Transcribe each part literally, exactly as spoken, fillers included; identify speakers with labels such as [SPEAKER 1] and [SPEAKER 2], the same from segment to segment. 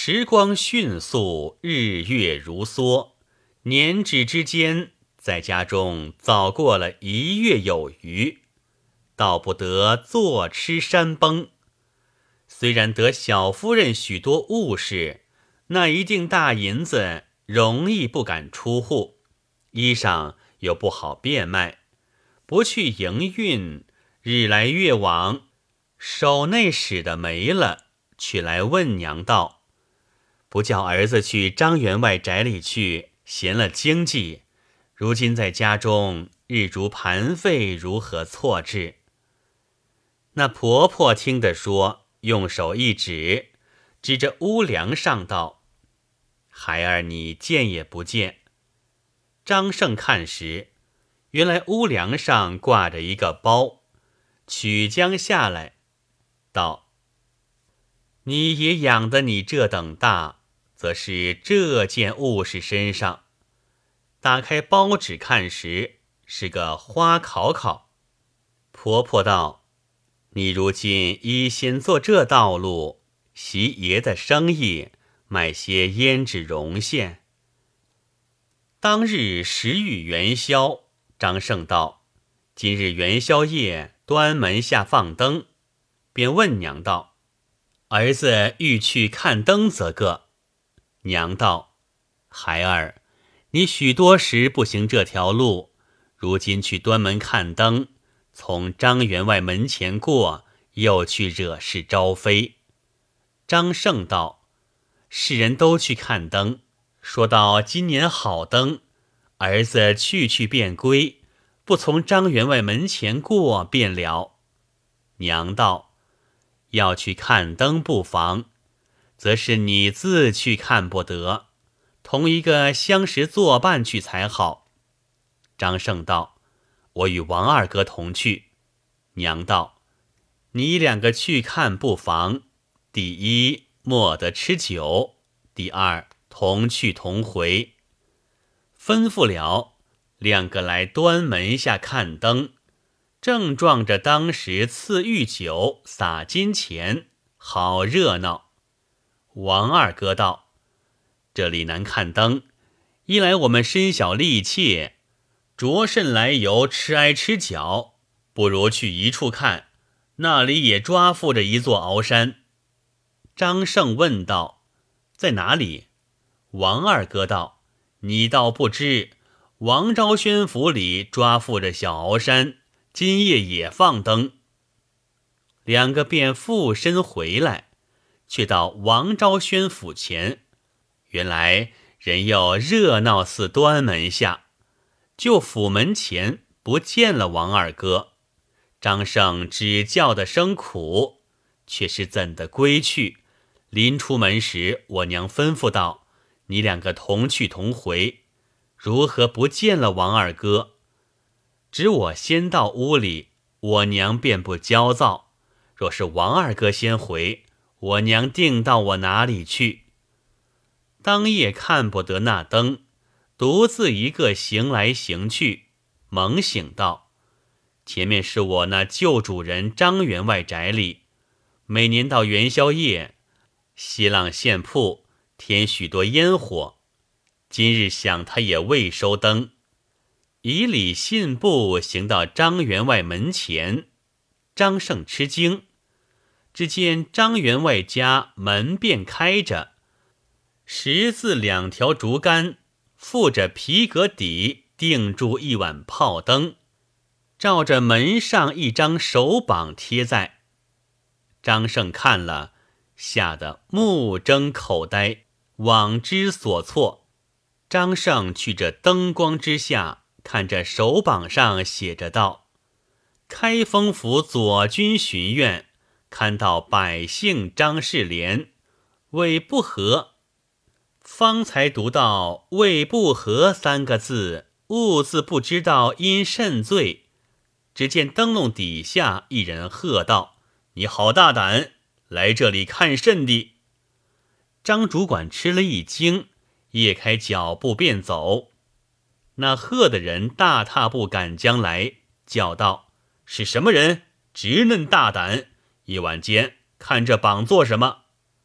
[SPEAKER 1] 时光迅速，日月如梭，年止之间，在家中早过了一月有余，到不得坐吃山崩。虽然得小夫人许多物事，那一锭大银子容易不敢出户，衣裳又不好变卖，不去营运，日来月往，手内使的没了，却来问娘道：不叫儿子去张员外宅里去，闲了经济，如今在家中日逐盘费，如何错置？那婆婆听得说，用手一指，指着屋梁上道：孩儿你见也不见。张胜看时，原来屋梁上挂着一个包，取将下来，道：你也养得你这等大，则是这件物事身上。打开包纸看时，是个花考考。婆婆道：你如今已先做这道路，习爷的生意，买些胭脂绒线。当日时遇元宵，张胜道：今日元宵夜，端门下放灯，便问娘道：儿子欲去看灯则个？娘道：孩儿，你许多时不行这条路，如今去端门看灯，从张员外门前过，又去惹事招非。张胜道：世人都去看灯，说到今年好灯，儿子去去便归，不从张员外门前过便了。娘道：要去看灯不妨，则是你自去看不得，同一个相识作伴去才好。张胜道：我与王二哥同去。娘道：你两个去看不妨，第一莫得吃酒，第二同去同回。吩咐了，两个来端门下看灯，正撞着当时赐御酒，撒金钱，好热闹。王二哥道：这里难看灯，一来我们身小力怯，着甚来由吃挨吃脚，不如去一处看，那里也抓附着一座鳌山。张胜问道：在哪里？王二哥道：你倒不知，王昭宣府里抓附着小鳌山，今夜也放灯。两个便附身回来，却到王昭宣府前，原来人又热闹似端门下，就府门前不见了王二哥。张胜只叫得声苦，却是怎的归去？临出门时，我娘吩咐道：你两个同去同回，如何不见了王二哥？只我先到屋里，我娘便不焦躁，若是王二哥先回，我娘定到我哪里去？当夜看不得那灯，独自一个行来行去，猛醒道：前面是我那旧主人张员外宅里，每年到元宵夜，西浪县铺添许多烟火，今日想他也未收灯，以礼信步行到张员外门前。张胜吃惊，只见张员外家门便开着，十字两条竹竿附着皮革底，钉住一碗炮灯，照着门上一张手榜贴在。张胜看了，吓得目睁口呆，妄之所措。张胜去这灯光之下，看着手榜上写着道：开封府左军巡院，看到百姓张世廉，为不和。方才读到为不和三个字，兀自不知道因甚罪。只见灯笼底下一人喝道：你好大胆，来这里看甚的？张主管吃了一惊，夜开脚步便走。那喝的人大踏步赶将来，叫道：是什么人，直嫩大胆，一晚间看这榜做什么？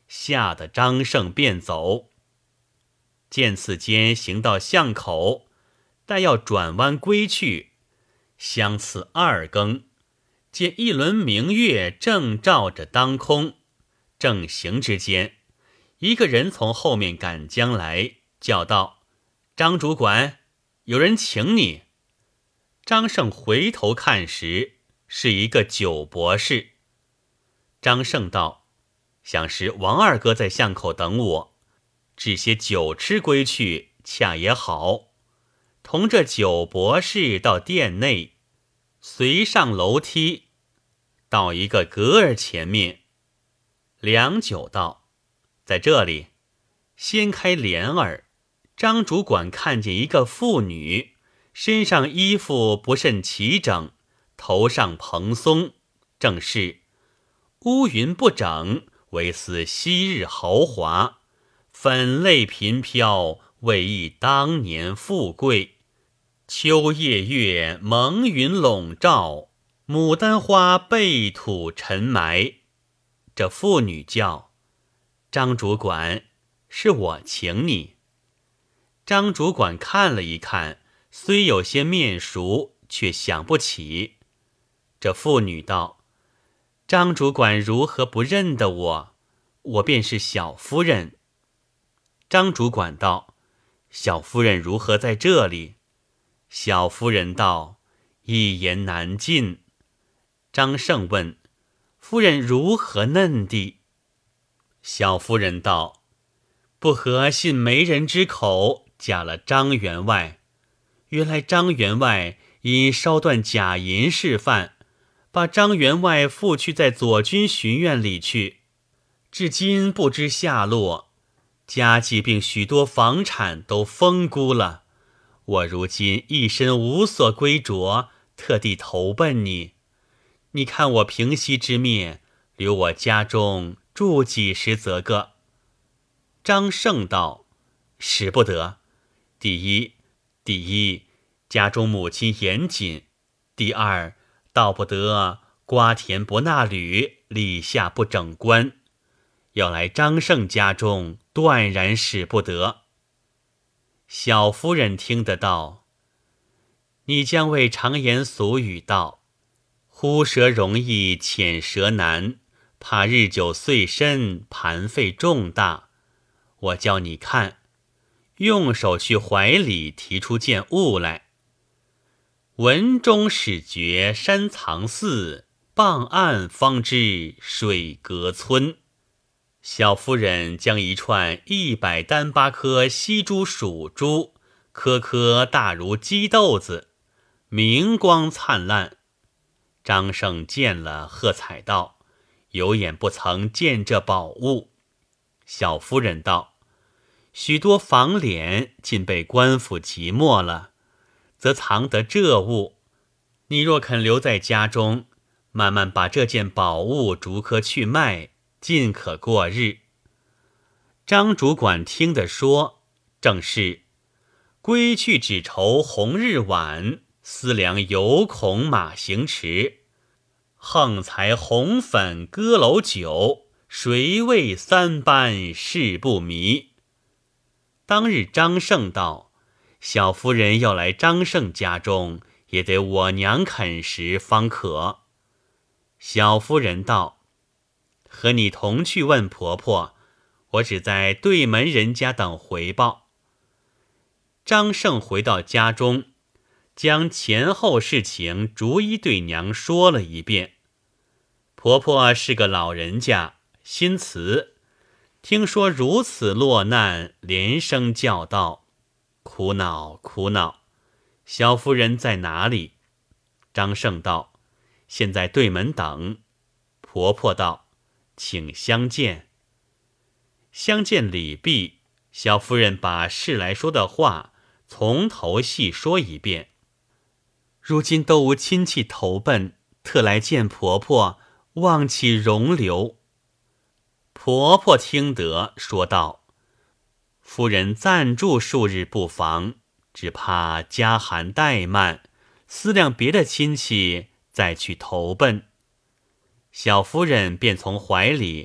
[SPEAKER 1] 吓得张胜便走。见此间行到巷口，待要转弯归去，相次二更，见一轮明月正照着当空，正行之间，一个人从后面赶将来，叫道：张主管，有人请你。张胜回头看时，是一个酒博士。张胜道：想是王二哥在巷口等我，置些酒吃归去，恰也好。同这酒博士到店内，随上楼梯，到一个阁儿前面，良久道：在这里。掀开帘儿，张主管看见一个妇女，身上衣服不甚齐整，头上蓬松，正是乌云不整，唯似昔日豪华，粉泪频飘，为忆当年富贵。秋夜月蒙云笼罩，牡丹花被土沉埋。这妇女叫：张主管，是我请你。张主管看了一看，虽有些面熟，却想不起。这妇女道：张主管如何不认得我？我便是小夫人。张主管道：小夫人如何在这里？小夫人道：一言难尽。张胜问：夫人如何嫩地？小夫人道：不合信媒人之口，嫁了张员外。原来张员外因烧断假银事犯，把张员外缚去在左军巡院里去，至今不知下落，家计并许多房产都风估了。我如今一身无所归着，特地投奔你。你看我平息之面，留我家中住几时则个？张胜道：使不得。第一，第一，家中母亲严谨；第二，道不得瓜田不纳履，立下不整冠。要来张胜家中，断然使不得。小夫人听得到：你将为常言俗语道，呼蛇容易潜蛇难，怕日久岁深，盘费重大。我叫你看，用手去怀里提出件物来。文中始觉山藏寺，傍岸方知水隔村。小夫人将一串一百单八颗细珠属珠，颗颗大如鸡豆子，明光灿烂。张胜见了，喝彩道：有眼不曾见这宝物。小夫人道：许多房敛尽被官府即没了，则藏得这物。你若肯留在家中，慢慢把这件宝物逐颗去卖，尽可过日。张主管听得说，正是归去只愁红日晚，思量犹恐马行迟。横财红粉歌楼酒，谁为三班事不迷。当日张胜道：小夫人要来张胜家中，也得我娘肯时方可。小夫人道：和你同去问婆婆，我只在对门人家等回报。张胜回到家中，将前后事情逐一对娘说了一遍。婆婆是个老人家，心慈，听说如此落难，连声叫道：苦恼苦恼，小夫人在哪里？张胜道：现在对门等。婆婆道：请相见。相见礼毕，小夫人把事来说的话从头细说一遍。如今都无亲戚投奔，特来见婆婆，望其容留。婆婆听得，说道：夫人暂住数日不妨，只怕家寒怠慢，思量别的亲戚再去投奔。小夫人便从怀里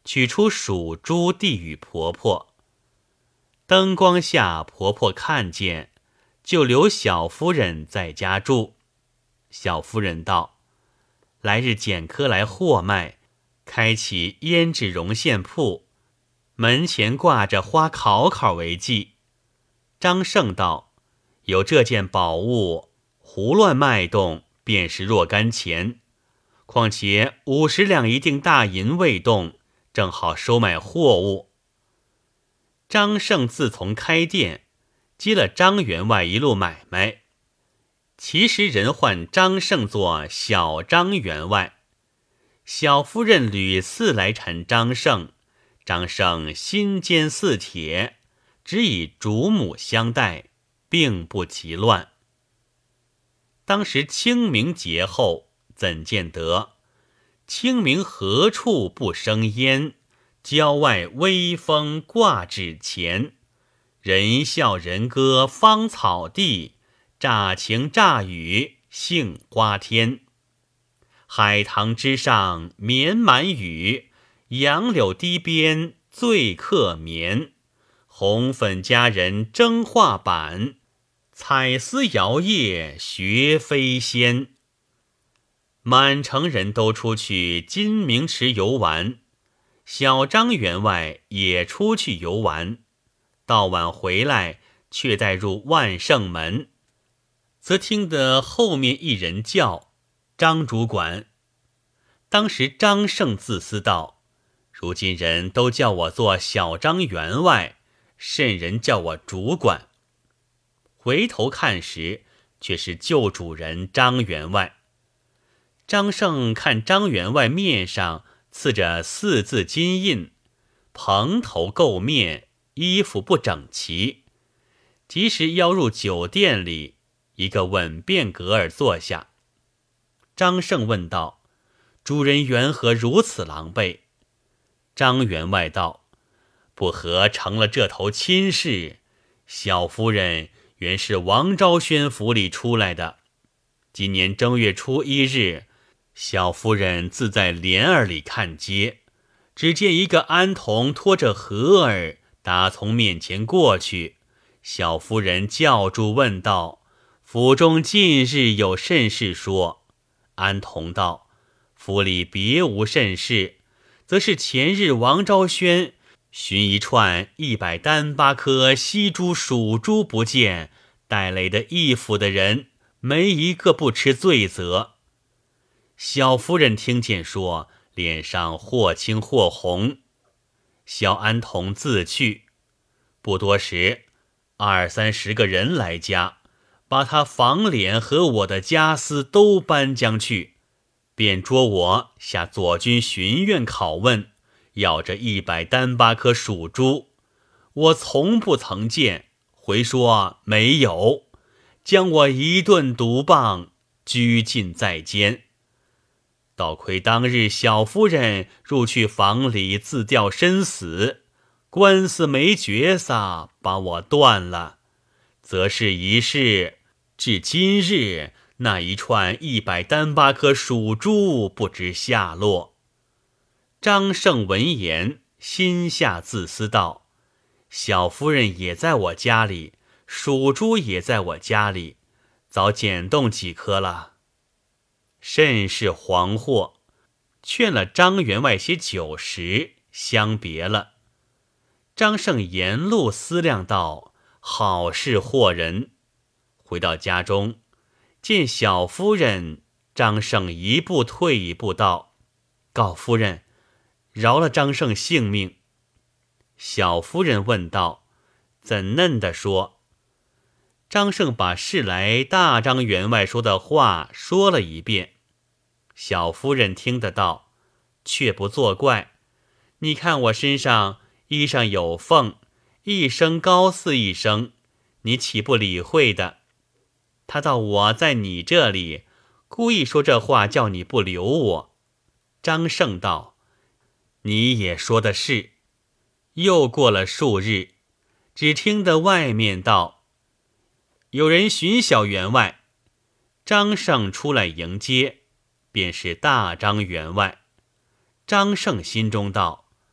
[SPEAKER 1] 取出蜀珠递与婆婆。灯光下，婆婆看见，就留小夫人在家住。小夫人道：来日捡科来货卖，开起胭脂绒线铺，门前挂着花考考为记。张胜道：有这件宝物，胡乱卖动，便是若干钱。况且五十两一锭大银未动，正好收买货物。张胜自从开店，接了张员外一路买卖。其实人唤张胜做小张员外。小夫人屡次来缠张胜，张胜心坚似铁，只以主母相待，并不急乱。当时清明节后，怎见得清明何处不生烟？郊外微风挂纸钱，人笑人歌芳草地，乍晴乍雨杏花天。海棠之上绵满雨，杨柳堤边醉客眠。红粉佳人争画板，彩丝摇曳学飞仙。满城人都出去金明池游玩，小张员外也出去游玩，到晚回来，却带入万盛门，则听得后面一人叫张主管。当时张胜自私道：如今人都叫我做小张员外，甚人叫我主管。回头看时，却是旧主人张员外。张胜看张员外面上刺着四字金印，蓬头垢面，衣服不整齐，即时邀入酒店里一个稳便格儿坐下。张胜问道：主人缘何如此狼狈？张员外道：不和成了这头亲事，小夫人原是王昭宣府里出来的。今年正月初一日，小夫人自在帘儿里看街，只见一个安童拖着盒儿打从面前过去。小夫人叫住问道：府中近日有甚事说？安童道：府里别无甚事，则是前日王昭宣寻一串一百单八颗西珠蜀珠不见，带来的义府的人没一个不吃罪责。小夫人听见说，脸上或青或红。小安童自去，不多时，二三十个人来家，把他房脸和我的家私都搬将去，便捉我下左军巡院拷问，要这一百单八颗蜀珠。我从不曾见，回说没有，将我一顿毒棒，拘禁在监。倒亏当日小夫人入去房里自吊身死，官司没决撒，把我断了，则是一事。至今日那一串一百单八颗蜀珠不知下落。张胜闻言，心下自私道：小夫人也在我家里，蜀珠也在我家里，早捡动几颗了。甚是惶惑，劝了张员外些酒食，相别了。张胜沿路思量道：好事惑人。回到家中，见小夫人，张胜一步退一步道：告夫人，饶了张胜性命。小夫人问道：怎嫩的说？张胜把事来大张员外说的话说了一遍。小夫人听得到，却不作怪。你看我身上衣裳有缝，一声高似一声，你岂不理会的？他道我在你这里，故意说这话叫你不留我。张胜道：你也说的是。又过了数日，只听得外面道：有人寻小员外。张胜出来迎接，便是大张员外。张胜心中道：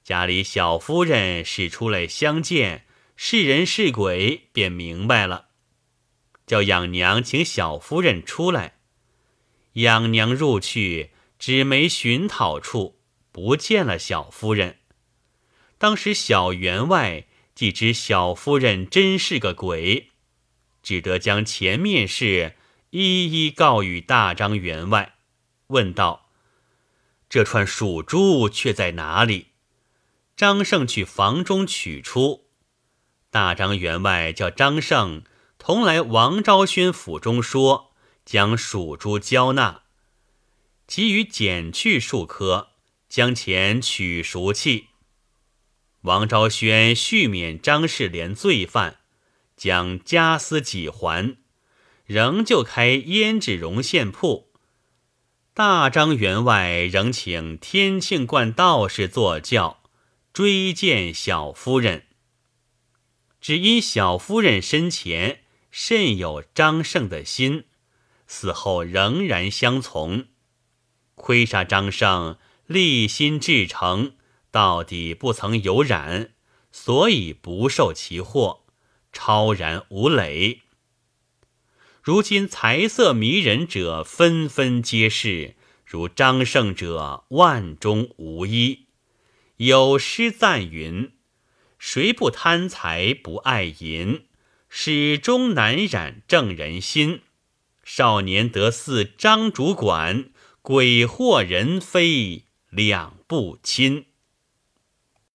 [SPEAKER 1] 家里小夫人使出来相见，是人是鬼便明白了，叫养娘请小夫人出来。养娘入去，只没寻讨处，不见了小夫人。当时小员外既知小夫人真是个鬼，只得将前面事一一告与大张员外，问道：这串蜀珠却在哪里？张胜去房中取出。大张员外叫张胜同来王昭宣府中说，将蜀珠交纳，即予减去数颗，将钱取赎去。王昭宣续免张世廉罪犯，将家私几还，仍旧开胭脂绒线铺。大张员外仍请天庆观道士坐轿追见小夫人，只因小夫人身前甚有张胜的心，死后仍然相从。亏杀张胜立心至诚，到底不曾有染，所以不受其祸，超然无累。如今财色迷人者纷纷皆是，如张胜者万中无一。有诗赞云：谁不贪财不爱银，始终难染正人心。少年得似张主管，鬼惑人非两不亲。